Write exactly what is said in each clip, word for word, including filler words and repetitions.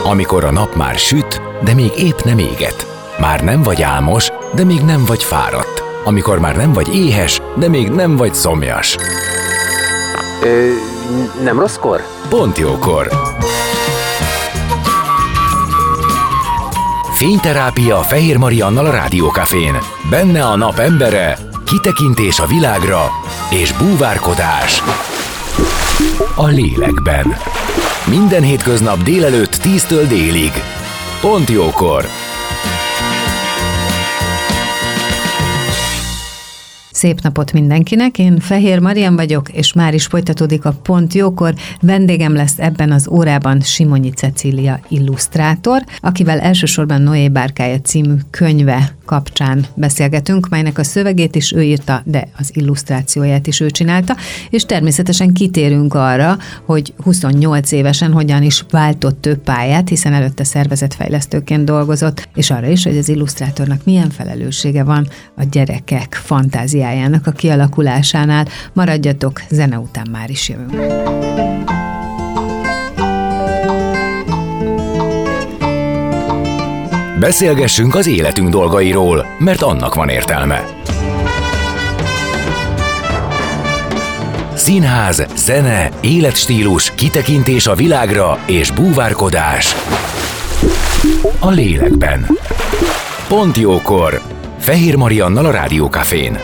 Amikor a nap már süt, de még épp nem éget. Már nem vagy álmos, de még nem vagy fáradt. Amikor már nem vagy éhes, de még nem vagy szomjas. Ö, nem rosszkor? Pont jókor. Fényterápia Fehér Mariannal a Rádiókafén. Benne a nap embere, kitekintés a világra és búvárkodás a lélekben. Minden hétköznap délelőtt tíztől délig. Pont jókor. Szép napot mindenkinek, én Fehér Marian vagyok, és már is folytatódik a Pont Jókor. Vendégem lesz ebben az órában Simonyi Cecília illusztrátor, akivel elsősorban Noé bárkája című könyve kapcsán beszélgetünk, melynek a szövegét is ő írta, de az illusztrációját is ő csinálta, és természetesen kitérünk arra, hogy huszonnyolc évesen hogyan is váltott több pályát, hiszen előtte szervezetfejlesztőként dolgozott, és arra is, hogy az illusztrátornak milyen felelőssége van a gyerekek fantáziájának a kialakulásánál. Maradjatok, zene után már is jövünk. Beszélgessünk az életünk dolgairól, mert annak van értelme. Színház, zene, életstílus, kitekintés a világra és búvárkodás a lélekben. Pont jókor. Fehér Mariannal a Rádiókafén.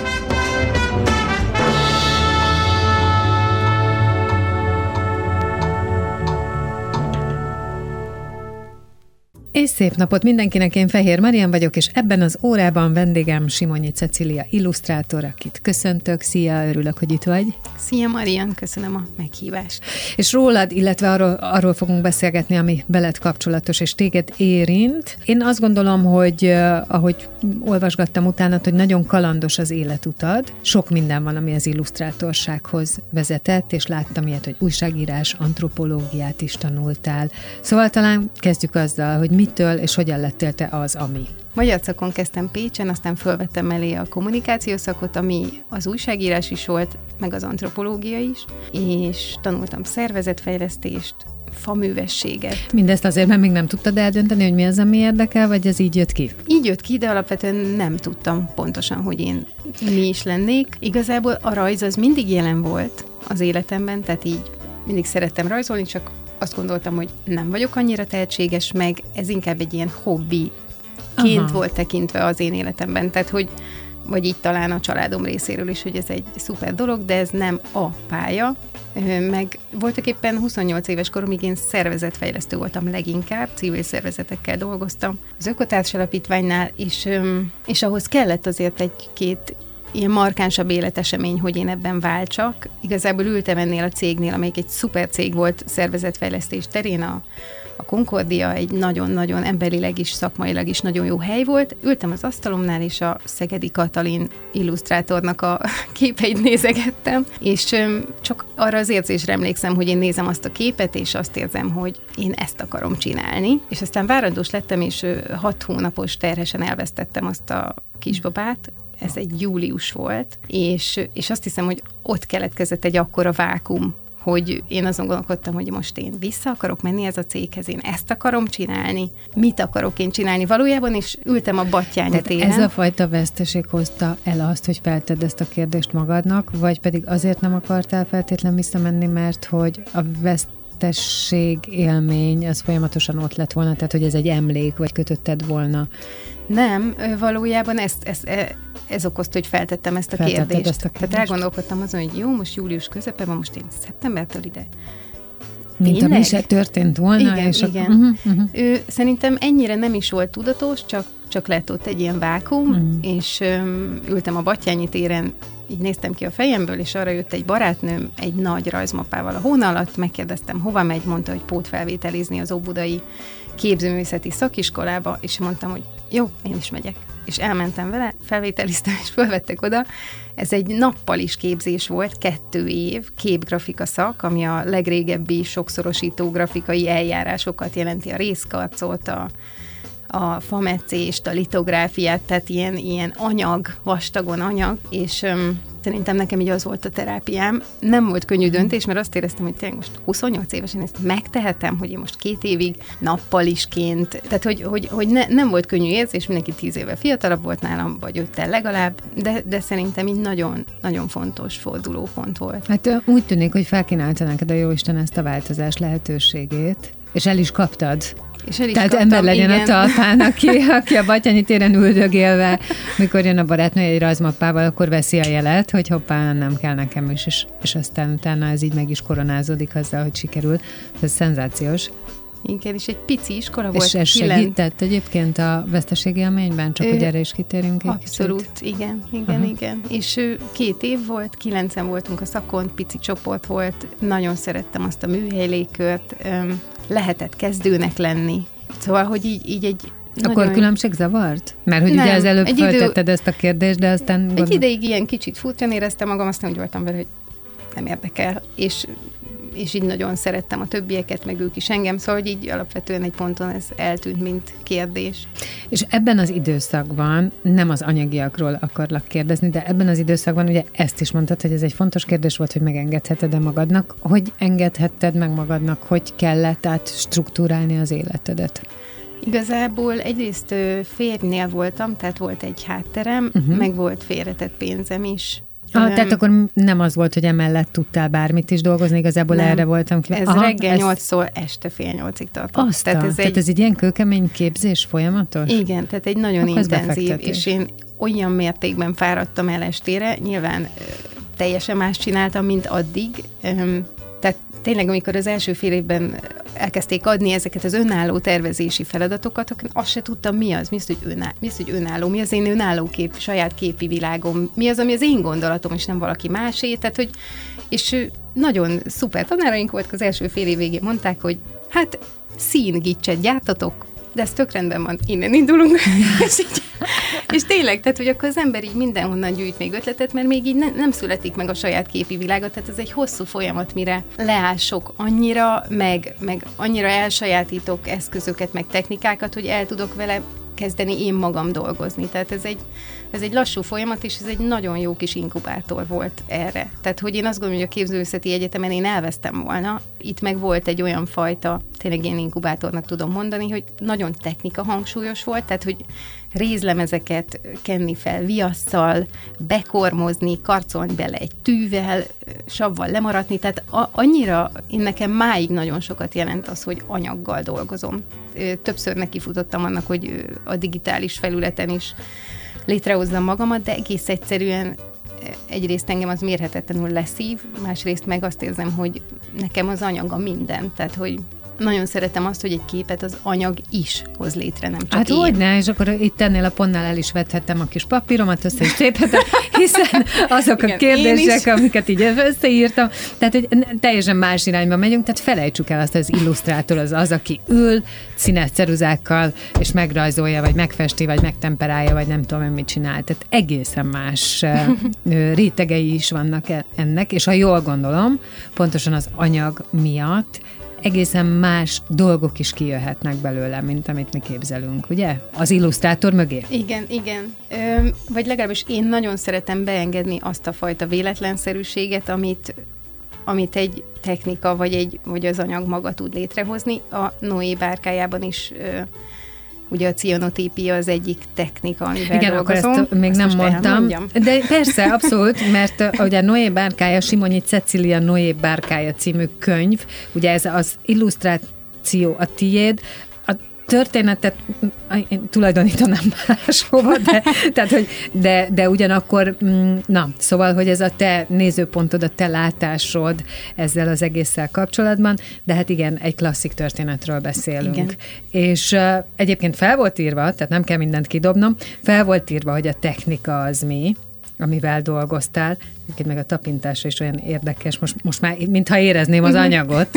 És szép napot mindenkinek, én Fehér Marian vagyok, és ebben az órában vendégem Simonyi Cecília illusztrátor, akit köszöntök. Szia, örülök, hogy itt vagy. Szia Marian, köszönöm a meghívást. És rólad, illetve arról, arról fogunk beszélgetni, ami veled kapcsolatos, és téged érint. Én azt gondolom, hogy ahogy olvasgattam utána, hogy nagyon kalandos az életutad. Sok minden van, ami az illusztrátorsághoz vezetett, és láttam ilyet, hogy újságírás, antropológiát is tanultál. Szóval talán kezdjük azzal, hogy mitől és hogyan lettél te az, ami? Magyar szakon kezdtem Pécsen, aztán fölvettem elé a kommunikációs szakot, ami az újságírás is volt, meg az antropológia is, és tanultam szervezetfejlesztést, faművességet. Mindezt azért, mert még nem tudtad eldönteni, hogy mi az, ami érdekel, vagy ez így jött ki? Így jött ki, de alapvetően nem tudtam pontosan, hogy én mi is lennék. Igazából a rajz az mindig jelen volt az életemben, tehát így mindig szerettem rajzolni, csak azt gondoltam, hogy nem vagyok annyira tehetséges, meg ez inkább egy ilyen hobbiként Aha. volt tekintve az én életemben. Tehát, hogy vagy így talán a családom részéről is, hogy ez egy szuper dolog, de ez nem a pálya. Meg voltak éppen huszonnyolc éves koromig én szervezetfejlesztő voltam leginkább, civil szervezetekkel dolgoztam az Ökotárs Alapítványnál, és, és ahhoz kellett azért egy-két ilyen markánsabb életesemény, hogy én ebben váltsak. Igazából ültem ennél a cégnél, amelyik egy szuper cég volt szervezetfejlesztés terén, a, a Concordia egy nagyon-nagyon emberileg is, szakmailag is nagyon jó hely volt. Ültem az asztalomnál, és a Szegedi Katalin illusztrátornak a képeit nézegettem, és csak arra az érzésre emlékszem, hogy én nézem azt a képet, és azt érzem, hogy én ezt akarom csinálni. És aztán várandós lettem, és hat hónapos terhesen elvesztettem azt a kisbabát. Ez egy július volt, és, és azt hiszem, hogy ott keletkezett egy akkora vákum, hogy én azon gondolkodtam, hogy most én vissza akarok menni ez a céghez, én ezt akarom csinálni, mit akarok én csinálni valójában, és ültem a Battyányi téren. Ez a fajta veszteség hozta el azt, hogy feltedd ezt a kérdést magadnak, vagy pedig azért nem akartál feltétlen visszamenni, mert hogy a vesztesség élmény az folyamatosan ott lett volna, tehát hogy ez egy emlék, vagy kötötted volna? Nem, valójában ezt, ezt, ez okozta, hogy feltettem ezt a, kérdést. ezt a kérdést. Tehát elgondolkodtam azon, hogy jó, most július közepe van, most én szeptembertől ide. Mint ami se történt volna. Igen, és igen. A... Uh-huh, uh-huh. Ő, szerintem ennyire nem is volt tudatos, csak, csak lett ott egy ilyen vákum, uh-huh. és um, ültem a Battyányi téren, így néztem ki a fejemből, és arra jött egy barátnőm egy nagy rajzmapával a hóna alatt, megkérdeztem, hova megy, mondta, hogy pótfelvételizni az óbudai képzőművészeti szakiskolába, és mondtam, hogy jó, én is megyek. És elmentem vele, felvételiztem, és fölvettek oda. Ez egy nappalis képzés volt, kettő év, képgrafika szak, ami a legrégebbi sokszorosító grafikai eljárásokat jelenti, a részkarcot, a, a fametszést, a litográfiát, tehát ilyen, ilyen anyag, vastagon anyag, és um, Szerintem nekem így az volt a terápiám. Nem volt könnyű döntés, mert azt éreztem, hogy tényleg most huszonnyolc évesen ezt megtehetem, hogy én most két évig nappalisként, tehát hogy, hogy, hogy ne, nem volt könnyű érzés, mindenki tíz évvel fiatalabb volt nálam, vagy öttel legalább, de, de szerintem így nagyon, nagyon fontos fordulópont volt. Hát úgy tűnik, hogy felkínálta neked a Jóisten ezt a változás lehetőségét, és el is kaptad. És el is Tehát kaptam, ember legyen igen. a talpán, aki, aki a Battyanyi téren üldögélve, mikor jön a barátnő egy rajzmappával, akkor veszi a jelet, hogy hoppá, nem kell nekem is, és, és aztán utána ez így meg is koronázódik azzal, hogy sikerül. Ez szenzációs. Igen, és egy pici iskola volt. És ez kilenc... segített egyébként a veszteségi élményben? Csak Ö, hogy erre is kitérjünk egy Abszolút, kicsit. igen, igen, Aha. igen. És ő, két év volt, kilencen voltunk a szakon, pici csoport volt, nagyon szerettem azt a műhelylégkört, öm, lehetett kezdőnek lenni. Szóval, hogy így, így egy Akkor nagyon... különbség zavart? Mert hogy Nem, ugye az előbb egy idő- föltetted ezt a kérdést, de aztán... Egy gondol- ideig ilyen kicsit furcsán éreztem magam, aztán úgy voltam vele, hogy nem érdekel, és, és így nagyon szerettem a többieket, meg ők is engem, szóval hogy így alapvetően egy ponton ez eltűnt, mint kérdés. És ebben az időszakban, nem az anyagiakról akarlak kérdezni, de ebben az időszakban ugye ezt is mondtad, hogy ez egy fontos kérdés volt, hogy megengedheted-e magadnak. Hogy engedhetted meg magadnak, hogy kellett át struktúrálni az életedet? Igazából egyrészt ö, férjnél voltam, tehát volt egy hátterem, Uh-huh. meg volt félretett pénzem is. Ah, Öm, tehát akkor nem az volt, hogy emellett tudtál bármit is dolgozni, igazából Nem. erre voltam ki. Ez Aha, reggel ez- nyolctól este fél nyolcig tartott. Aztán, tehát ez, egy, tehát ez egy ilyen kőkemény képzés folyamatos? igen, tehát egy nagyon Akkor ez intenzív, befektetés. és én olyan mértékben fáradtam el estére, nyilván ö, teljesen más csináltam, mint addig. Öm, tehát tényleg, amikor az első fél évben elkezdték adni ezeket az önálló tervezési feladatokat, akkor azt se tudtam, mi az, mi az, hogy, önálló, mi, az, hogy önálló, mi az én önálló kép, saját képi világom, mi az, ami az én gondolatom, és nem valaki másé. Tehát, hogy, és ő, nagyon szuper tanáraink voltak, az első fél év végén mondták, hogy hát színgicset gyártatok, de ez tök rendben van, innen indulunk. és, így, és tényleg, tehát, hogy akkor az ember így mindenhonnan gyűjt még ötletet, mert még így ne, nem születik meg a saját képi világa, tehát ez egy hosszú folyamat, mire leások annyira, meg, meg annyira elsajátítok eszközöket, meg technikákat, hogy el tudok vele kezdeni én magam dolgozni. Tehát ez egy, ez egy lassú folyamat, és ez egy nagyon jó kis inkubátor volt erre. Tehát, hogy én azt gondolom, hogy a Képzőművészeti Egyetemen én elvesztem volna, itt meg volt egy olyan fajta, tényleg én inkubátornak tudom mondani, hogy nagyon technika hangsúlyos volt, tehát, hogy rézlemezeket kenni fel viasszal, bekormozni, karcolni bele egy tűvel, savval lemaratni, tehát a, annyira én nekem máig nagyon sokat jelent az, hogy anyaggal dolgozom. Többször nekifutottam annak, hogy a digitális felületen is létrehozzam magamat, de egész egyszerűen egyrészt engem az mérhetetlenül leszív, másrészt meg azt érzem, hogy nekem az anyag a minden, tehát hogy nagyon szeretem azt, hogy egy képet az anyag is hoz létre, nem csak Hát én. hogyne, és akkor itt ennél a pontnál el is vethettem a kis papíromat, össze is téphetem, hiszen azok Igen, a kérdések, én amiket így összeírtam, tehát hogy teljesen más irányba megyünk, tehát felejtsük el azt, hogy az illusztrátor az az, aki ül színes ceruzákkal, és megrajzolja, vagy megfesti, vagy megtemperálja, vagy nem tudom, mit csinál. Tehát egészen más rétegei is vannak ennek, és ha jól gondolom, pontosan az anyag miatt egészen más dolgok is kijöhetnek belőle, mint amit mi képzelünk, ugye? Az illusztrátor mögé. Igen, igen. Ö, vagy legalábbis én nagyon szeretem beengedni azt a fajta véletlenszerűséget, amit, amit egy technika, vagy, egy, vagy az anyag maga tud létrehozni. A Noé bárkájában is ö, ugye a cianotípia az egyik technika, amivel Igen, dolgozom. akkor ezt még Azt nem most mondtam. elmondjam. De persze, abszolút, mert ugye a Noé bárkája, Simonyi Cecília Noé bárkája című könyv, ugye ez az illusztráció a tiéd, a történetet én tulajdonítanám máshova, de, tehát, hogy, de, de ugyanakkor, na, szóval, hogy ez a te nézőpontod, a te látásod ezzel az egésszel kapcsolatban, de hát igen, egy klasszik történetről beszélünk. Igen. És uh, egyébként fel volt írva, tehát nem kell mindent kidobnom, fel volt írva, hogy a technika az mi, amivel dolgoztál, egyébként meg a tapintása is olyan érdekes, most, most már mintha érezném az anyagot,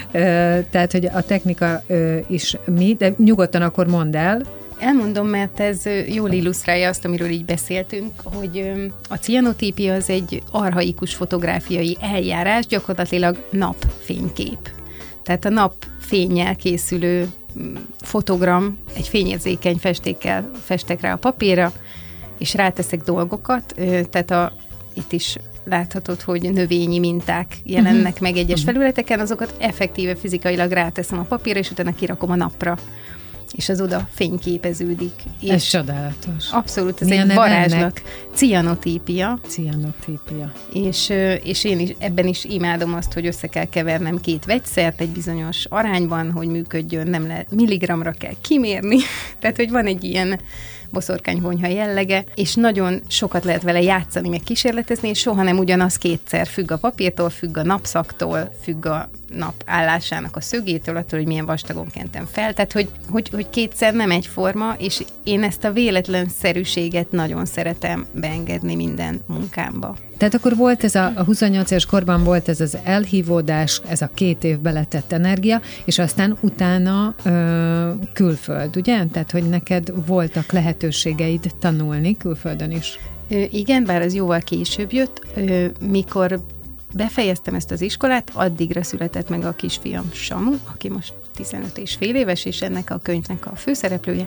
tehát, hogy a technika is mi, de nyugodtan akkor mondd el. Elmondom, mert ez jól illusztrálja azt, amiről így beszéltünk, hogy a cianotípia az egy archaikus fotográfiai eljárás, gyakorlatilag napfénykép. Tehát a napfénnyel készülő fotogram, egy fényérzékeny festékkel festek rá a papírra, és ráteszek dolgokat, tehát a itt is láthatod, hogy növényi minták jelennek uh-huh. meg egyes uh-huh. felületeken, azokat effektíve fizikailag ráteszem a papírra, és utána kirakom a napra. És az oda fényképeződik. Ez és csodálatos. Abszolút, ez Mi egy varázslat. ennek? Cianotípia. Cianotípia. És, és én is ebben is imádom azt, hogy össze kell kevernem két vegyszert egy bizonyos arányban, hogy működjön, nem lehet, milligramra kell kimérni. Tehát, hogy van egy ilyen boszorkányhonyha jellege, és nagyon sokat lehet vele játszani, meg kísérletezni, és soha nem ugyanaz kétszer, függ a papírtól, függ a napszaktól, függ a nap állásának a szögétől, attól, hogy milyen vastagon kentem fel. Tehát, hogy, hogy, hogy kétszer nem egyforma, és én ezt a véletlenszerűséget nagyon szeretem beengedni minden munkámba. Tehát akkor volt ez a, a huszonnyolc éves korban volt ez az elhívódás, ez a két év beletett energia, és aztán utána ö, külföld, ugye? Tehát, hogy neked voltak lehetőségeid tanulni külföldön is. Ö, igen, bár ez jóval később jött, ö, mikor befejeztem ezt az iskolát, addigra született meg a kisfiam Samu, aki most tizenöt és fél éves, és ennek a könyvnek a főszereplője,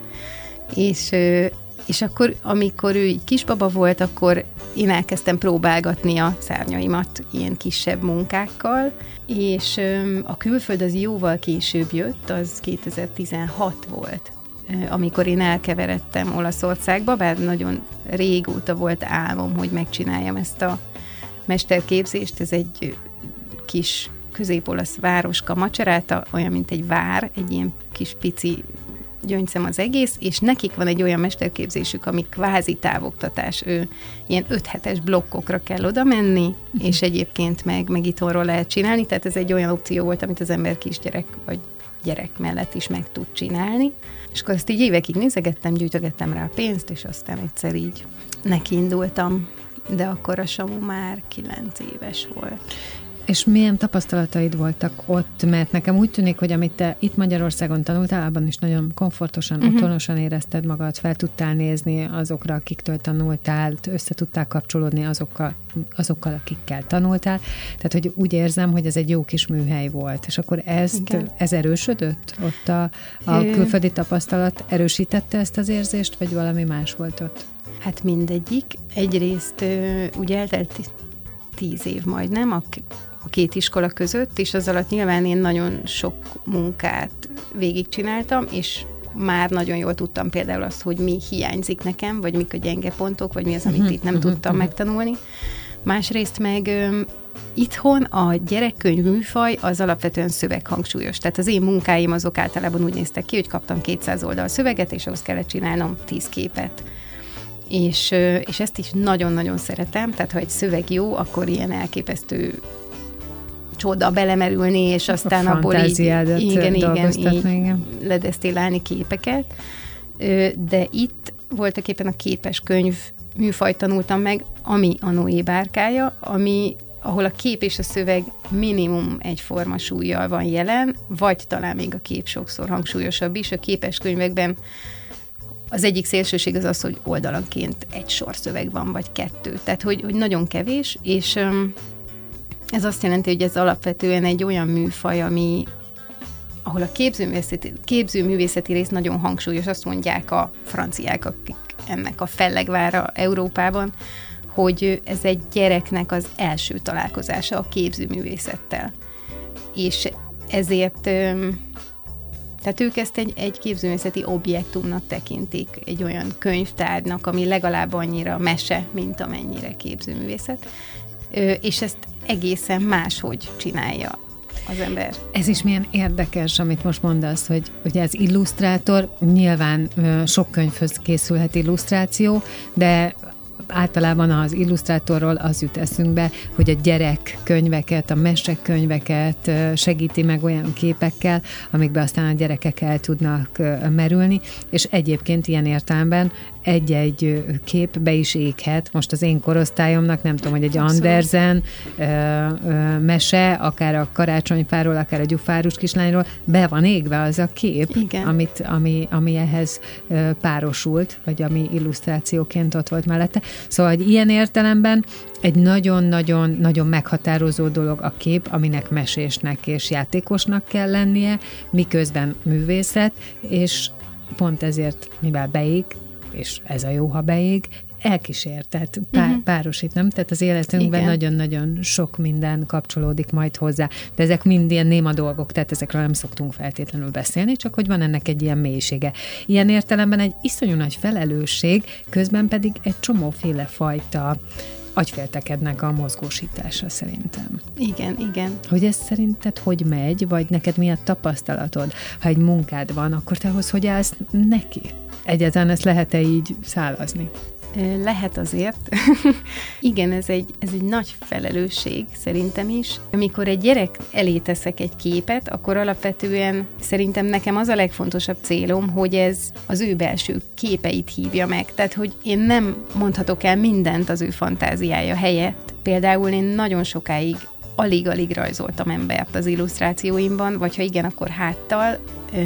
és És akkor, amikor ő így kisbaba volt, akkor én elkezdtem próbálgatni a szárnyaimat ilyen kisebb munkákkal, és a külföld az jóval később jött, az kétezer-tizenhat volt, amikor én elkeveredtem Olaszországba, bár nagyon régóta volt álmom, hogy megcsináljam ezt a mesterképzést. Ez egy kis közép-olasz városka, Macerata, olyan, mint egy vár, egy ilyen kis pici gyöngyszem az egész, és nekik van egy olyan mesterképzésük, ami kvázi távoktatás, ő ilyen öt hetes blokkokra kell oda menni, uh-huh. és egyébként meg, meg itthonról lehet csinálni, tehát ez egy olyan opció volt, amit az ember kisgyerek vagy gyerek mellett is meg tud csinálni. És akkor ezt így évekig nézegettem, gyűjtögettem rá a pénzt, és aztán egyszer így nekiindultam, de akkor a Samu már kilenc éves volt. És milyen tapasztalataid voltak ott? Mert nekem úgy tűnik, hogy amit te itt Magyarországon tanultál, abban is nagyon komfortosan, uh-huh. otthonosan érezted magad, fel tudtál nézni azokra, akiktől tanultál, össze tudtál kapcsolódni azokkal, azokkal, akikkel tanultál. Tehát, hogy úgy érzem, hogy ez egy jó kis műhely volt. És akkor ezt, ez erősödött? Ott a, a külföldi tapasztalat erősítette ezt az érzést, vagy valami más volt ott? Hát mindegyik. Egyrészt ugye eltelt tíz év majdnem, a a két iskola között, és az alatt nyilván én nagyon sok munkát végigcsináltam, és már nagyon jól tudtam például azt, hogy mi hiányzik nekem, vagy mik a gyenge pontok, vagy mi az, amit itt nem tudtam megtanulni. Másrészt meg ö, itthon a gyerekkönyv műfaj az alapvetően szöveghangsúlyos. Tehát az én munkáim azok általában úgy néztek ki, hogy kaptam kétszáz oldal szöveget, és ahhoz kellett csinálnom tíz képet. És, és ezt is nagyon-nagyon szeretem, tehát ha egy szöveg jó, akkor ilyen elképesztő csoda belemerülni, és aztán abból így, igen, igen, így ledesztillálni képeket. De itt voltak éppen a képes könyv műfajt tanultam meg, ami a Noé bárkája, ami, ahol a kép és a szöveg minimum egyforma súllyal van jelen, vagy talán még a kép sokszor hangsúlyosabb is. A képes könyvekben az egyik szélsőség az az, hogy oldalanként egy sor szöveg van, vagy kettő. Tehát, hogy, hogy nagyon kevés, és ez azt jelenti, hogy ez alapvetően egy olyan műfaj, ami, ahol a képzőművészeti, képzőművészeti rész nagyon hangsúlyos, azt mondják a franciák, akik ennek a fellegvára Európában, hogy ez egy gyereknek az első találkozása a képzőművészettel. És ezért, tehát ők ezt egy, egy képzőművészeti objektumnak tekintik, egy olyan könyvtárnak, ami legalább annyira mese, mint amennyire képzőművészet. És ezt egészen máshogy csinálja az ember. Ez is milyen érdekes, amit most mondasz, hogy ugye az illusztrátor, nyilván sok könyvhöz készülhet illusztráció, de általában az illusztrátorról az jut eszünkbe, hogy a gyerekkönyveket, a mesekönyveket segíti meg olyan képekkel, amikbe aztán a gyerekek el tudnak merülni, és egyébként ilyen értelemben egy-egy kép be is éghet. Most az én korosztályomnak, nem tudom, hogy egy Andersen ö, ö, mese, akár a karácsonyfáról, akár a gyufárus kislányról, be van égve az a kép, amit, ami, ami ehhez ö, párosult, vagy ami illusztrációként ott volt mellette. Szóval, hogy ilyen értelemben egy nagyon-nagyon-nagyon meghatározó dolog a kép, aminek mesésnek és játékosnak kell lennie, miközben művészet, és pont ezért, mivel beég, és ez a jó, ha beég, elkísér, tehát pár, uh-huh. párosít, nem? Tehát az életünkben igen. nagyon-nagyon sok minden kapcsolódik majd hozzá. De ezek mind ilyen néma dolgok, tehát ezekről nem szoktunk feltétlenül beszélni, csak hogy van ennek egy ilyen mélysége. Ilyen értelemben egy iszonyú nagy felelősség, közben pedig egy csomóféle fajta agyféltekednek a mozgósítása szerintem. Igen, igen. Hogy ez szerinted hogy megy, vagy neked mi a tapasztalatod? Ha egy munkád van, akkor te ahhoz hogy állsz neki? Egyáltalán ezt lehet-e így szálazni? Lehet azért. Igen, ez egy, ez egy nagy felelősség szerintem is. Amikor egy gyerek elé teszek egy képet, akkor alapvetően szerintem nekem az a legfontosabb célom, hogy ez az ő belső képeit hívja meg. Tehát, hogy én nem mondhatok el mindent az ő fantáziája helyett. Például én nagyon sokáig alig-alig rajzoltam embert az illusztrációimban, vagy ha igen, akkor háttal.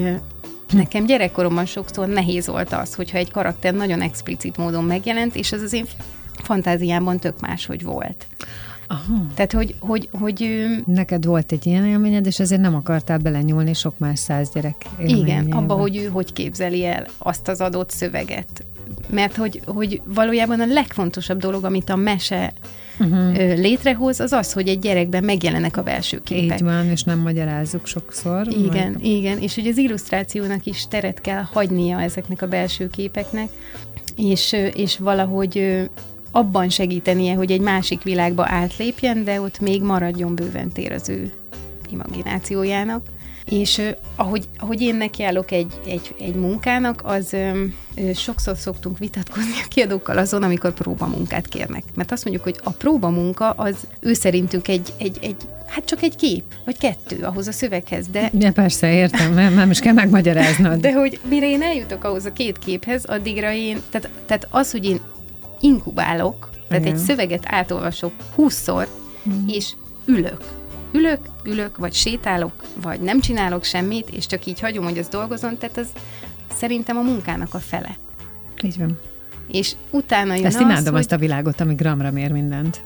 Nekem gyerekkoromban sokszor nehéz volt az, hogyha egy karakter nagyon explicit módon megjelent, és az az én fantáziámban tök máshogy volt. Aha. Tehát, hogy, hogy, hogy... Neked volt egy ilyen élményed, és ezért nem akartál belenyúlni sok más száz gyerek élményébe. Igen, abba, hogy ő hogy képzeli el azt az adott szöveget. Mert hogy, hogy valójában a legfontosabb dolog, amit a mese uh-huh. létrehoz, az az, hogy egy gyerekben megjelennek a belső képek. Így van, és nem magyarázzuk sokszor. Igen, majd... igen, és hogy az illusztrációnak is teret kell hagynia ezeknek a belső képeknek, és, és valahogy abban segítenie, hogy egy másik világba átlépjen, de ott még maradjon bőven tér az ő imaginációjának. És uh, ahogy, ahogy én nekiállok egy, egy, egy munkának, az um, sokszor szoktunk vitatkozni a kiadókkal azon, amikor próbamunkát kérnek. Mert azt mondjuk, hogy a próbamunka az ő szerintük egy, egy, egy hát csak egy kép, vagy kettő ahhoz a szöveghez, de... Ja, persze, értem, nem is kell megmagyaráznod. De hogy mire én eljutok ahhoz a két képhez, addigra én, tehát, tehát az, hogy én inkubálok, tehát igen. egy szöveget átolvasok húszszor, hmm. és ülök. Ülök, ülök, vagy sétálok, vagy nem csinálok semmit, és csak így hagyom, hogy az dolgozom, tehát az szerintem a munkának a fele. Így van. És utána jön Ezt az, imádom hogy... azt a világot, ami gramra mér mindent.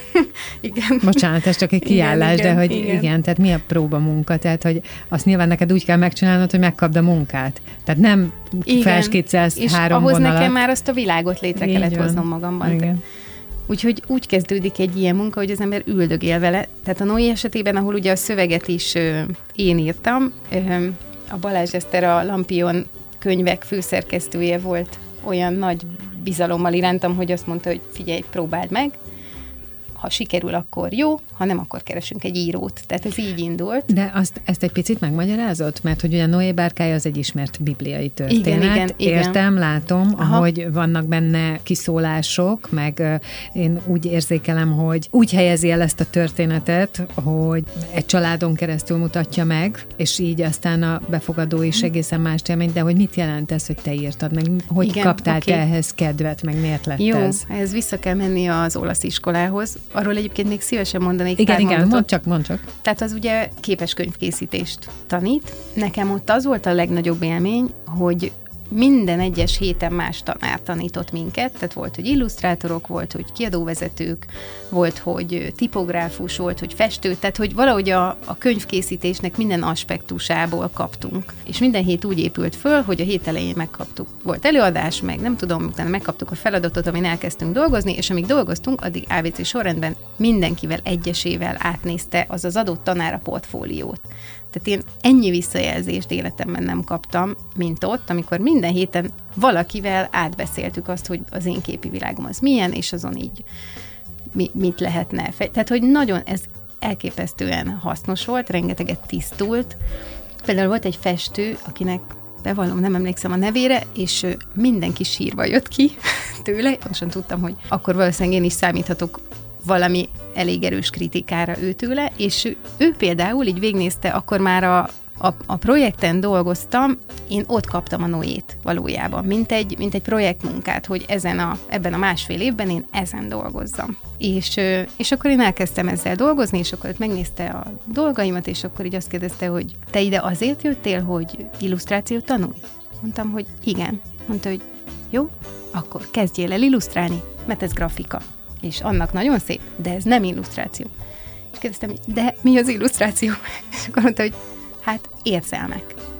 Igen. Bocsánat, ez csak egy kiállás, igen, de hogy igen. igen, tehát mi a próbamunka? Tehát, hogy azt nyilván neked úgy kell megcsinálnod, hogy megkapd a munkát. Tehát nem felskiccelsz három ahhoz vonalat. nekem már azt a világot létre így kellett van. hoznom magamban. Igen. Úgyhogy úgy kezdődik egy ilyen munka, hogy az ember üldögél vele. Tehát a Noé esetében, ahol ugye a szöveget is ö, én írtam, ö, a Balázs Eszter, a Lampion könyvek főszerkesztője volt olyan nagy bizalommal irántam, hogy azt mondta, hogy figyelj, próbáld meg, ha sikerül, akkor jó, ha nem, akkor keresünk egy írót. Tehát ez így indult. De azt, ezt egy picit megmagyarázod? Mert hogy ugye Noé bárkája az egy ismert bibliai történet. Igen, igen, igen. Értem, látom, aha. hogy vannak benne kiszólások, meg uh, én úgy érzékelem, hogy úgy helyezi el ezt a történetet, hogy egy családon keresztül mutatja meg, és így aztán a befogadó is egészen más élmény, de hogy mit jelent ez, hogy te írtad, meg hogy igen, kaptál okay. te ehhez kedvet, meg miért lett jó, ez? Jó, ehhez vissza kell menni az olasz iskolához. Arról egyébként még szívesen mondanék igen, pár igen, mondatot. mondd csak, mondd csak. Tehát az ugye képes könyvkészítést tanít. Nekem ott az volt a legnagyobb élmény, hogy minden egyes héten más tanár tanított minket, tehát volt, hogy illusztrátorok, volt, hogy kiadóvezetők, volt, hogy tipográfus, volt, hogy festő, tehát hogy valahogy a, a könyvkészítésnek minden aspektusából kaptunk. És minden hét úgy épült föl, hogy a hét elején megkaptuk. Volt előadás, meg nem tudom, utána megkaptuk a feladatot, amin elkezdtünk dolgozni, és amíg dolgoztunk, addig á vé cé sorrendben mindenkivel egyesével átnézte az az adott tanár a portfóliót. Tehát én ennyi visszajelzést életemben nem kaptam, mint ott, amikor minden héten valakivel átbeszéltük azt, hogy az én képi világom az milyen, és azon így mi, mit lehetne. Tehát, hogy nagyon ez elképesztően hasznos volt, rengeteget tisztult. Például volt egy festő, akinek bevallom, nem emlékszem a nevére, és mindenki sírva jött ki tőle. Pontosan tudtam, hogy akkor valószínűleg én is számíthatok valami elég erős kritikára őtőle, és ő, ő például így végignézte, akkor már a, a, a projekten dolgoztam, én ott kaptam a Noét valójában, mint egy, mint egy projektmunkát, hogy ezen a, ebben a másfél évben én ezen dolgozzam. És, és akkor én elkezdtem ezzel dolgozni, és akkor ott megnézte a dolgaimat, és akkor így azt kérdezte, hogy te ide azért jöttél, hogy illusztrációt tanulj? Mondtam, hogy igen. Mondta, hogy jó, akkor kezdjél el illusztrálni, mert ez grafika. És annak nagyon szép, de ez nem illusztráció. És kérdeztem, de mi az illusztráció? És akkor mondta, hogy hát érzelmek,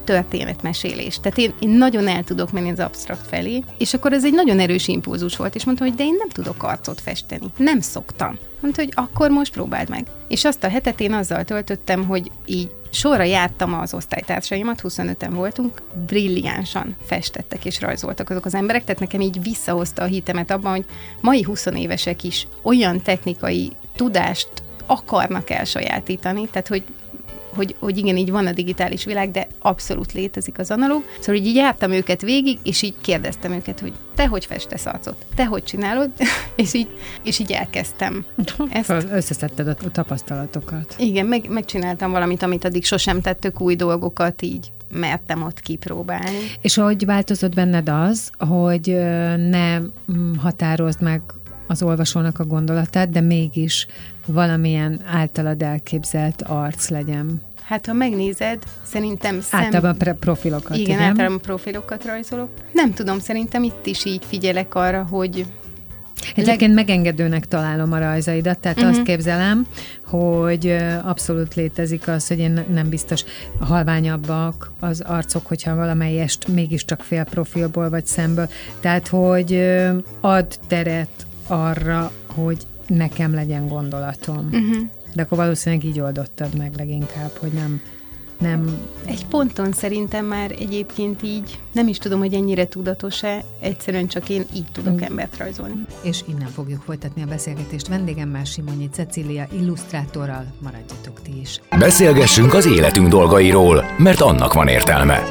történetmesélés. Tehát én, én nagyon el tudok menni az absztrakt felé, és akkor ez egy nagyon erős impulzus volt, és mondtam, hogy de én nem tudok arcot festeni. Nem szoktam. Mondta, hogy akkor most próbáld meg. És azt a hetet én azzal töltöttem, hogy így sorra jártam az osztálytársaimat, huszonöten voltunk, brilliánsan festettek és rajzoltak azok az emberek, tehát nekem így visszahozta a hitemet abban, hogy mai huszonévesek is olyan technikai tudást akarnak elsajátítani, tehát hogy Hogy, hogy igen, így van a digitális világ, de abszolút létezik az analóg. Szóval így, így jártam őket végig, és így kérdeztem őket, hogy te hogy festesz arcot? Te hogy csinálod? és, így, és így elkezdtem ezt. Összeszedted a tapasztalatokat. Igen, meg, megcsináltam valamit, amit addig sosem tettük, új dolgokat így mertem ott kipróbálni. És hogy változott benned az, hogy ne határozd meg az olvasónak a gondolatát, de mégis valamilyen általad elképzelt arc legyen. Hát, ha megnézed, szerintem... Szem... Általában pre- profilokat, igen? igen, általában profilokat rajzolok. Nem tudom, szerintem itt is így figyelek arra, hogy... Egyébként leg... megengedőnek találom a rajzaidat, tehát uh-huh. azt képzelem, hogy abszolút létezik az, hogy én nem biztos halványabbak az arcok, hogyha valamelyest mégiscsak fél profilból vagy szemből. Tehát, hogy ad teret arra, hogy nekem legyen gondolatom. Uh-huh. De akkor valószínűleg így oldottad meg leginkább, hogy nem, nem... Egy ponton szerintem már egyébként így, nem is tudom, hogy ennyire tudatos-e, egyszerűen csak én így tudok embert rajzolni. És innen fogjuk folytatni a beszélgetést vendégemmel, Simonyi Cecília illusztrátorral. Maradjatok ti is. Beszélgessünk az életünk dolgairól, mert annak van értelme.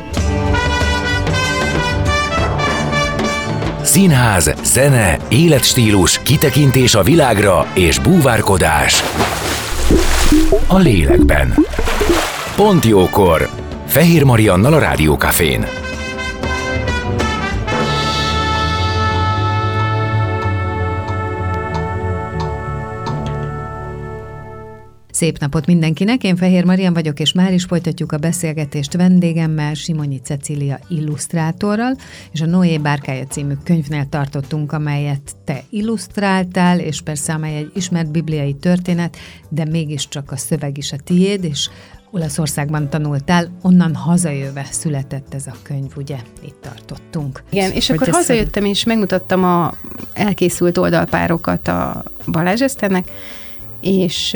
Színház, zene, életstílus, kitekintés a világra és búvárkodás a lélekben. Pont jókor! Fehér Mariannal a Rádió Cafén. Szép napot mindenkinek, én Fehér Marian vagyok, és már is folytatjuk a beszélgetést vendégemmel, Simonyi Cecília illusztrátorral, és a Noé bárkája című könyvnél tartottunk, amelyet te illusztráltál, és persze amely egy ismert bibliai történet, de mégiscsak a szöveg is a tiéd, és Olaszországban tanultál, onnan hazajöve született ez a könyv, ugye? Itt tartottunk. Igen, és akkor hazajöttem, és megmutattam a elkészült oldalpárokat a Balázs Eszternek, és...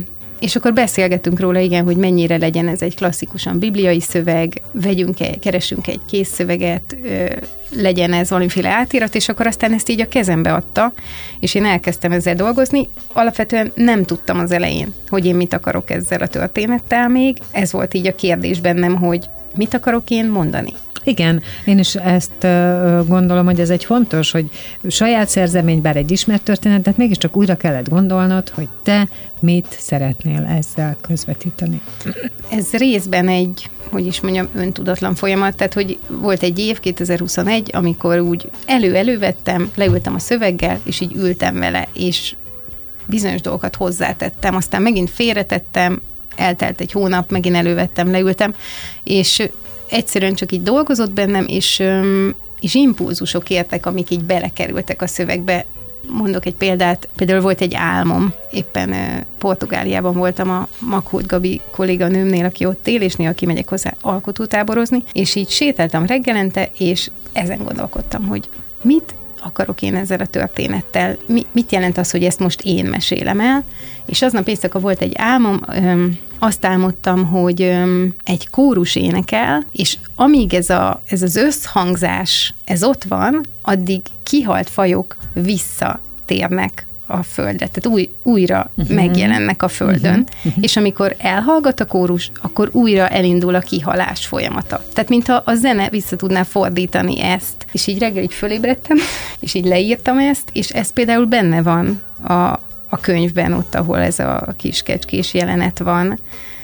És akkor beszélgettünk róla, igen, hogy mennyire legyen ez egy klasszikusan bibliai szöveg, vegyünk egy, keressünk egy kész szöveget, ö, legyen ez valamiféle átirat, és akkor aztán ezt így a kezembe adta, és én elkezdtem ezzel dolgozni. Alapvetően nem tudtam az elején, hogy én mit akarok ezzel a történettel még. Ez volt így a kérdés bennem, hogy mit akarok én mondani. Igen, én is ezt uh, gondolom, hogy ez egy fontos, hogy saját szerzemény, bár egy ismert történet, de mégiscsak újra kellett gondolnod, hogy te mit szeretnél ezzel közvetíteni. Ez részben egy, hogy is mondjam, öntudatlan folyamat, tehát hogy volt egy év, kétezer-huszonegy, amikor úgy elő-elővettem, leültem a szöveggel, és így ültem vele, és bizonyos dolgokat hozzátettem, aztán megint félretettem, eltelt egy hónap, megint elővettem, leültem, és egyszerűen csak így dolgozott bennem, és, és impulzusok értek, amik így belekerültek a szövegbe. Mondok egy példát, például volt egy álmom, éppen Portugáliában voltam a Makhut Gabi kolléganőmnél, aki ott él, és néha kimegyek hozzá alkotótáborozni, és így sétáltam reggelente, és ezen gondolkodtam, hogy mit akarok én ezzel a történettel, mi, mit jelent az, hogy ezt most én mesélem el, és aznap éjszaka volt egy álmom, öm, azt álmodtam, hogy öm, egy kórus énekel, és amíg ez, a, ez az összhangzás, ez ott van, addig kihalt fajok visszatérnek a földre, tehát új, újra uh-huh. megjelennek a földön, uh-huh. Uh-huh. és amikor elhallgat a kórus, akkor újra elindul a kihalás folyamata. Tehát mintha a zene vissza tudná fordítani ezt. És így reggel így fölébredtem, és így leírtam ezt, és ez például benne van a, a könyvben, ott, ahol ez a kis kecskés jelenet van.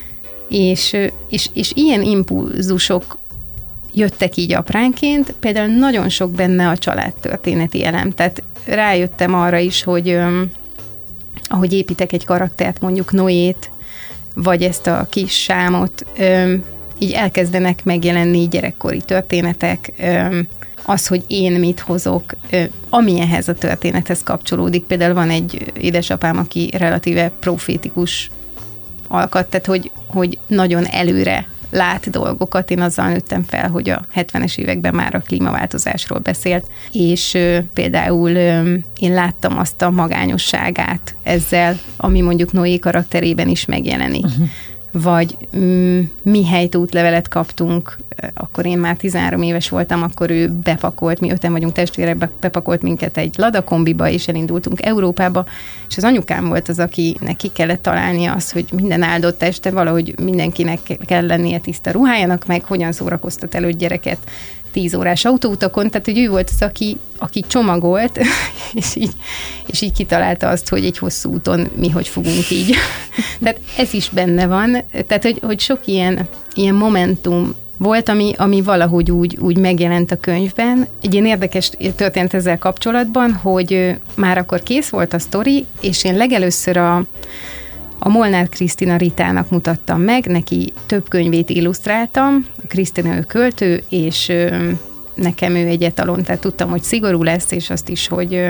És, és, és ilyen impulzusok jöttek így apránként, például nagyon sok benne a családtörténeti elem, tehát rájöttem arra is, hogy öm, ahogy építek egy karaktert, mondjuk Noét, vagy ezt a kis Sámot, öm, így elkezdenek megjelenni gyerekkori történetek, öm, az, hogy én mit hozok, öm, ami ehhez a történethez kapcsolódik. Például van egy édesapám, aki relatíve profétikus alkat, tehát hogy, hogy nagyon előre lát dolgokat. Én azzal nőttem fel, hogy a hetvenes években már a klímaváltozásról beszélt, és ö, például ö, én láttam azt a magányosságát ezzel, ami mondjuk Noé karakterében is megjelenik. Uh-huh. Vagy mm, Mihályt útlevelet kaptunk, akkor én már tizenhárom éves voltam, akkor ő bepakolt, mi öten vagyunk testvérek, bepakolt minket egy Lada kombiba, és elindultunk Európába, és az anyukám volt az, aki neki kellett találnia azt, hogy minden áldott este valahogy mindenkinek kell lennie tiszta ruhájának, meg hogyan szórakoztat el öt gyereket tíz órás autóutakon, tehát hogy ő volt az, aki, aki csomagolt, és így, és így kitalálta azt, hogy egy hosszú úton mi hogy fogunk így. Tehát ez is benne van, tehát hogy, hogy sok ilyen, ilyen momentum volt, ami, ami valahogy úgy, úgy megjelent a könyvben. Egy ilyen érdekes történet ezzel kapcsolatban, hogy már akkor kész volt a sztori, és én legelőször a A Molnár Krisztina Ritának mutattam meg, neki több könyvét illusztráltam, Krisztina ő költő, és ö, nekem ő egy etalon, tehát tudtam, hogy szigorú lesz, és azt is, hogy, ö,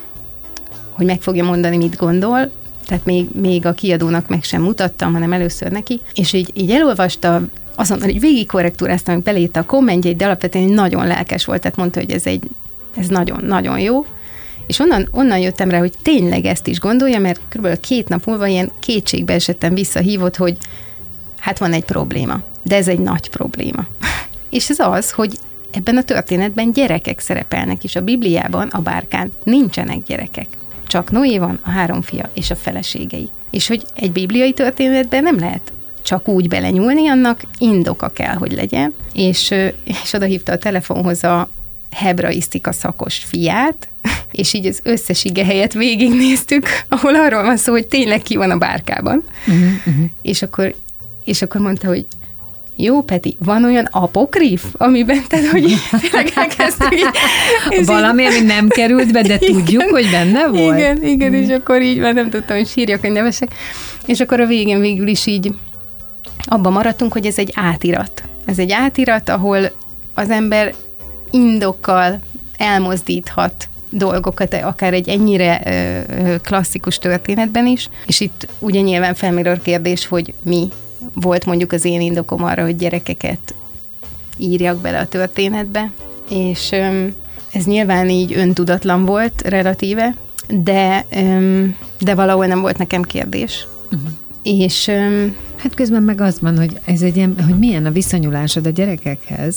hogy meg fogja mondani, mit gondol, tehát még, még a kiadónak meg sem mutattam, hanem először neki, és így, így elolvasta, azonnal így végig korrektúráztam, hogy beléte a kommentjeit, de alapvetően nagyon lelkes volt, tehát mondta, hogy ez egy, ez nagyon-nagyon jó. És onnan, onnan jöttem rá, hogy tényleg ezt is gondolja, mert kb. Két nap múlva ilyen kétségbe esettem, visszahívott, hogy hát van egy probléma, de ez egy nagy probléma. És ez az, hogy ebben a történetben gyerekek szerepelnek, és a Bibliában, a bárkán nincsenek gyerekek. Csak Noé van, a három fia és a feleségei. És hogy egy bibliai történetben nem lehet csak úgy belenyúlni, annak indoka kell, hogy legyen. És, és oda hívta a telefonhoz a hebraisztika szakos fiát, és így az összes ige helyet végignéztük, ahol arról van szó, hogy tényleg ki van a bárkában. Uh-huh, uh-huh. És, akkor, és akkor mondta, hogy jó, Peti, van olyan apokrif, amiben, tehát, hogy tényleg elkezdtük így. Valami, ami nem került be, de igen, tudjuk, hogy benne volt. Igen, igen, uh-huh. És akkor így már nem tudtam, hogy sírjak, hogy nevesek. És akkor a végén végül is így abban maradtunk, hogy ez egy átirat. Ez egy átirat, ahol az ember indokkal elmozdíthat dolgokat, akár egy ennyire ö, klasszikus történetben is, és itt ugye nyilván felmerül a kérdés, hogy mi volt mondjuk az én indokom arra, hogy gyerekeket írjak bele a történetbe, és ö, ez nyilván így öntudatlan volt relatíve, de, ö, de valahol nem volt nekem kérdés. Uh-huh. És ö, hát közben meg az van, hogy ez egy ilyen, hogy milyen a viszonyulásod a gyerekekhez,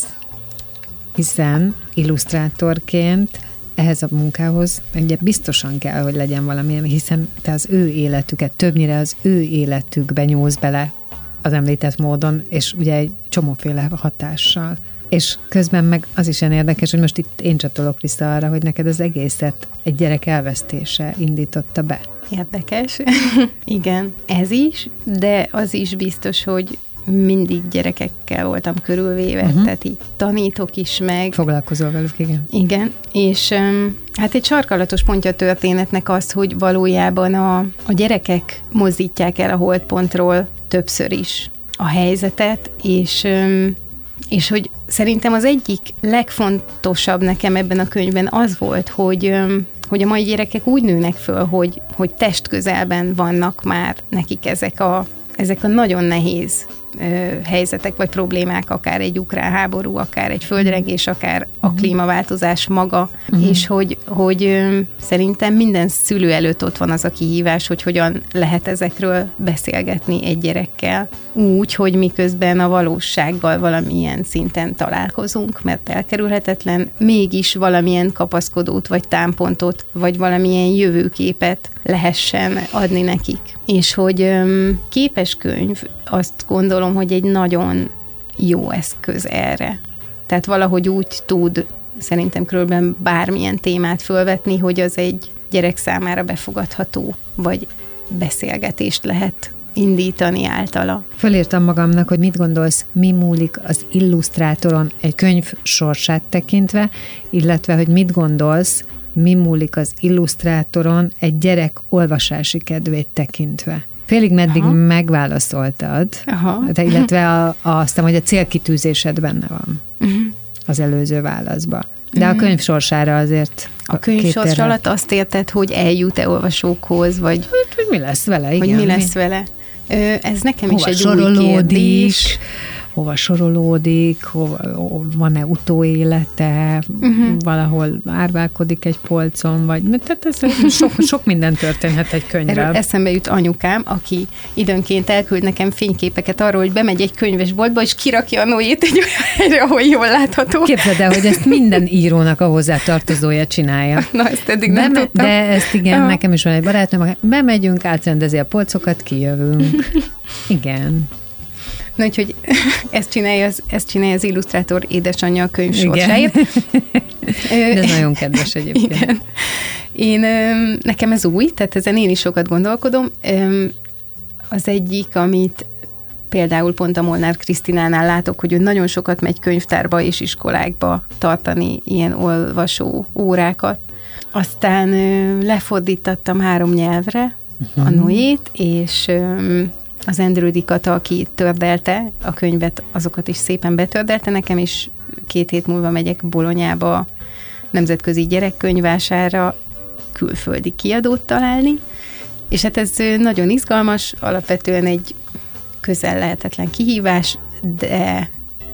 hiszen illusztrátorként ehhez a munkához ugye biztosan kell, hogy legyen valami, hiszen te az ő életüket, többnyire az ő életükbe nyúlsz bele az említett módon, és ugye egy csomóféle hatással. És közben meg az is ilyen érdekes, hogy most itt én csatolok vissza arra, hogy neked az egészet egy gyerek elvesztése indította be. Érdekes. Igen, ez is, de az is biztos, hogy mindig gyerekekkel voltam körülvéve, uh-huh. tehát így tanítok is meg. Foglalkozol velük, igen. Igen, és um, hát egy sarkalatos pontja a történetnek az, hogy valójában a, a gyerekek mozdítják el a holdpontról többször is a helyzetet, és, um, és hogy szerintem az egyik legfontosabb nekem ebben a könyvben az volt, hogy um, hogy a mai gyerekek úgy nőnek föl, hogy, hogy testközelben vannak már nekik ezek a, ezek a nagyon nehéz ö, helyzetek vagy problémák, akár egy ukrán háború, akár egy földrengés, akár a klímaváltozás maga, uh-huh. és hogy, hogy ö, szerintem minden szülő előtt ott van az a kihívás, hogy hogyan lehet ezekről beszélgetni egy gyerekkel, úgy, hogy miközben a valósággal valamilyen szinten találkozunk, mert elkerülhetetlen, mégis valamilyen kapaszkodót, vagy támpontot, vagy valamilyen jövőképet lehessen adni nekik. És hogy öm, képes könyv, azt gondolom, hogy egy nagyon jó eszköz erre. Tehát valahogy úgy tud szerintem körülbelül bármilyen témát fölvetni, hogy az egy gyerek számára befogadható, vagy beszélgetést lehet indítani általa. Fölírtam magamnak, hogy mit gondolsz, mi múlik az illusztrátoron egy könyv sorsát tekintve, illetve, hogy mit gondolsz, mi múlik az illusztrátoron egy gyerek olvasási kedvét tekintve. Félig meddig Aha. megválaszoltad, Aha. De, illetve a, a, azt hiszem, hogy a célkitűzésed benne van uh-huh. az előző válaszba. De uh-huh. a könyv sorsára azért... A, a könyv sors alatt azt érted, hogy eljut-e olvasókhoz, vagy... Hát, hogy mi lesz vele, igen. Hogy mi lesz mi? vele. Ö, ez nekem Hova is egy új kérdés. hova sorolódik, hova, van-e utóélete, uh-huh. valahol árválkodik egy polcon, vagy tehát ez sok, sok minden történhet egy könyvvel. Erről eszembe jut anyukám, aki időnként elküld nekem fényképeket arról, hogy bemegy egy könyvesboltba, és kirakja a Noét egy olyan helyre, ahol jól látható. Képzeld el, hogy ezt minden írónak a hozzátartozója csinálja. Na, ezt eddig nem Beme- tudtam. De ezt igen, uh-huh. nekem is van egy barátom, bemegyünk, átrendezi a polcokat, kijövünk. Igen. Na, úgyhogy ezt csinálja, az, ezt csinálja az illusztrátor édesanyja a könyv sorsáért. De ez nagyon kedves egyébként. Igen. Én, nekem ez új, tehát ezen én is sokat gondolkodom. Az egyik, amit például pont a Molnár Krisztinánál látok, hogy ő nagyon sokat megy könyvtárba és iskolákba tartani ilyen olvasó órákat. Aztán lefordítattam három nyelvre uh-huh. a Noét, és az Endrődikat, aki tördelte a könyvet, azokat is szépen betördelte nekem, és két hét múlva megyek Bolonyába nemzetközi gyerekkönyvvásárra külföldi kiadót találni, és hát ez nagyon izgalmas, alapvetően egy közel lehetetlen kihívás, de,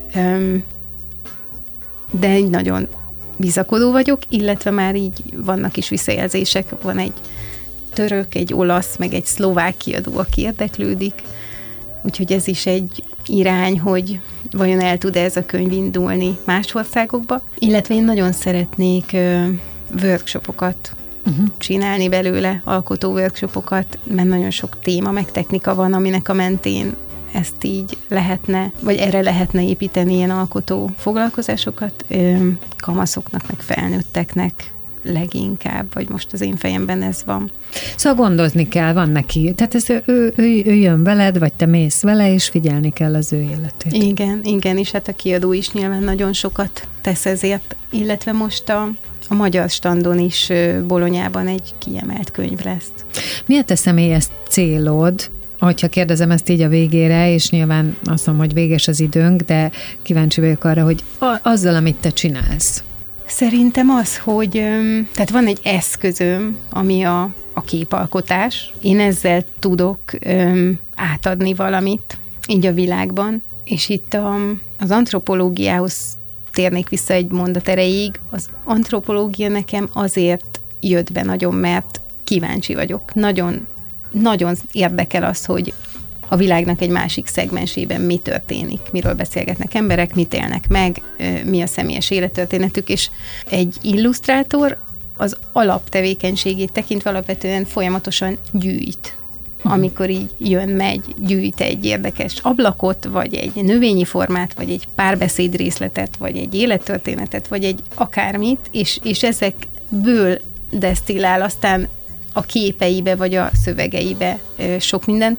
de egy nagyon bizakodó vagyok, illetve már így vannak is visszajelzések, van egy török, egy olasz, meg egy szlovák kiadó, aki érdeklődik, úgyhogy ez is egy irány, hogy vajon el tud ez a könyv indulni más országokba, illetve én nagyon szeretnék ö, workshopokat uh-huh. csinálni belőle, alkotó workshopokat, mert nagyon sok téma, meg technika van, aminek a mentén ezt így lehetne, vagy erre lehetne építeni ilyen alkotó foglalkozásokat, ö, kamaszoknak, meg felnőtteknek leginkább, vagy most az én fejemben ez van. Szóval gondozni kell, van neki. Tehát ez ő, ő, ő, ő jön veled, vagy te mész vele, és figyelni kell az ő életét. Igen, igen, és hát a kiadó is nyilván nagyon sokat tesz ezért, illetve most a, a magyar standon is Bolonyában egy kiemelt könyv lesz. Mi a te személyes célod, hogyha kérdezem ezt így a végére, és nyilván azt mondom, hogy véges az időnk, de kíváncsi vagyok arra, hogy a, azzal, amit te csinálsz. Szerintem az, hogy tehát van egy eszközöm, ami a, a képalkotás. Én ezzel tudok öm, átadni valamit így a világban, és itt a, az antropológiához térnék vissza egy mondat erejéig. Az antropológia nekem azért jött be nagyon, mert kíváncsi vagyok. Nagyon, nagyon érdekel az, hogy a világnak egy másik szegmensében mi történik, miről beszélgetnek emberek, mit élnek meg, mi a személyes élettörténetük, és egy illusztrátor az alaptevékenységét tekintve alapvetően folyamatosan gyűjt. Amikor így jön, megy, gyűjt egy érdekes ablakot, vagy egy növényi formát, vagy egy párbeszéd részletet, vagy egy élettörténetet, vagy egy akármit, és, és ezekből desztillál aztán a képeibe, vagy a szövegeibe sok mindent,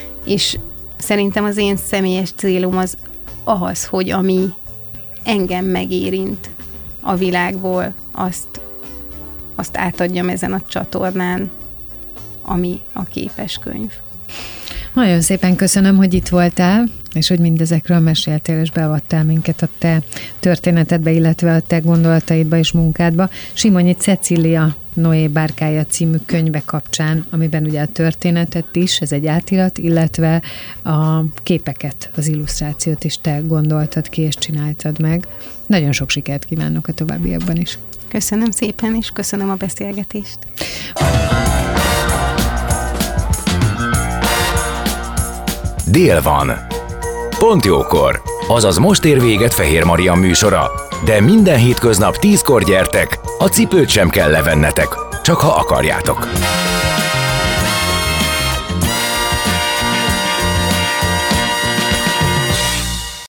és szerintem az én személyes célom az az, hogy ami engem megérint a világból, azt, azt átadjam ezen a csatornán, ami a képeskönyv. Nagyon szépen köszönöm, hogy itt voltál, és hogy mindezekről meséltél, és beavattál minket a te történetedbe, illetve a te gondolataidba és munkádba. Simonyi Cecília Noé bárkája című könyve kapcsán, amiben ugye a történetet is, ez egy átirat, illetve a képeket, az illusztrációt is te gondoltad ki, és csináltad meg. Nagyon sok sikert kívánok a továbbiakban is. Köszönöm szépen, és köszönöm a beszélgetést. Dél van. Pont jókor. Azaz most ér véget Fehér Marian műsora. De minden hétköznap tízkor gyertek, a cipőt sem kell levennetek, csak ha akarjátok.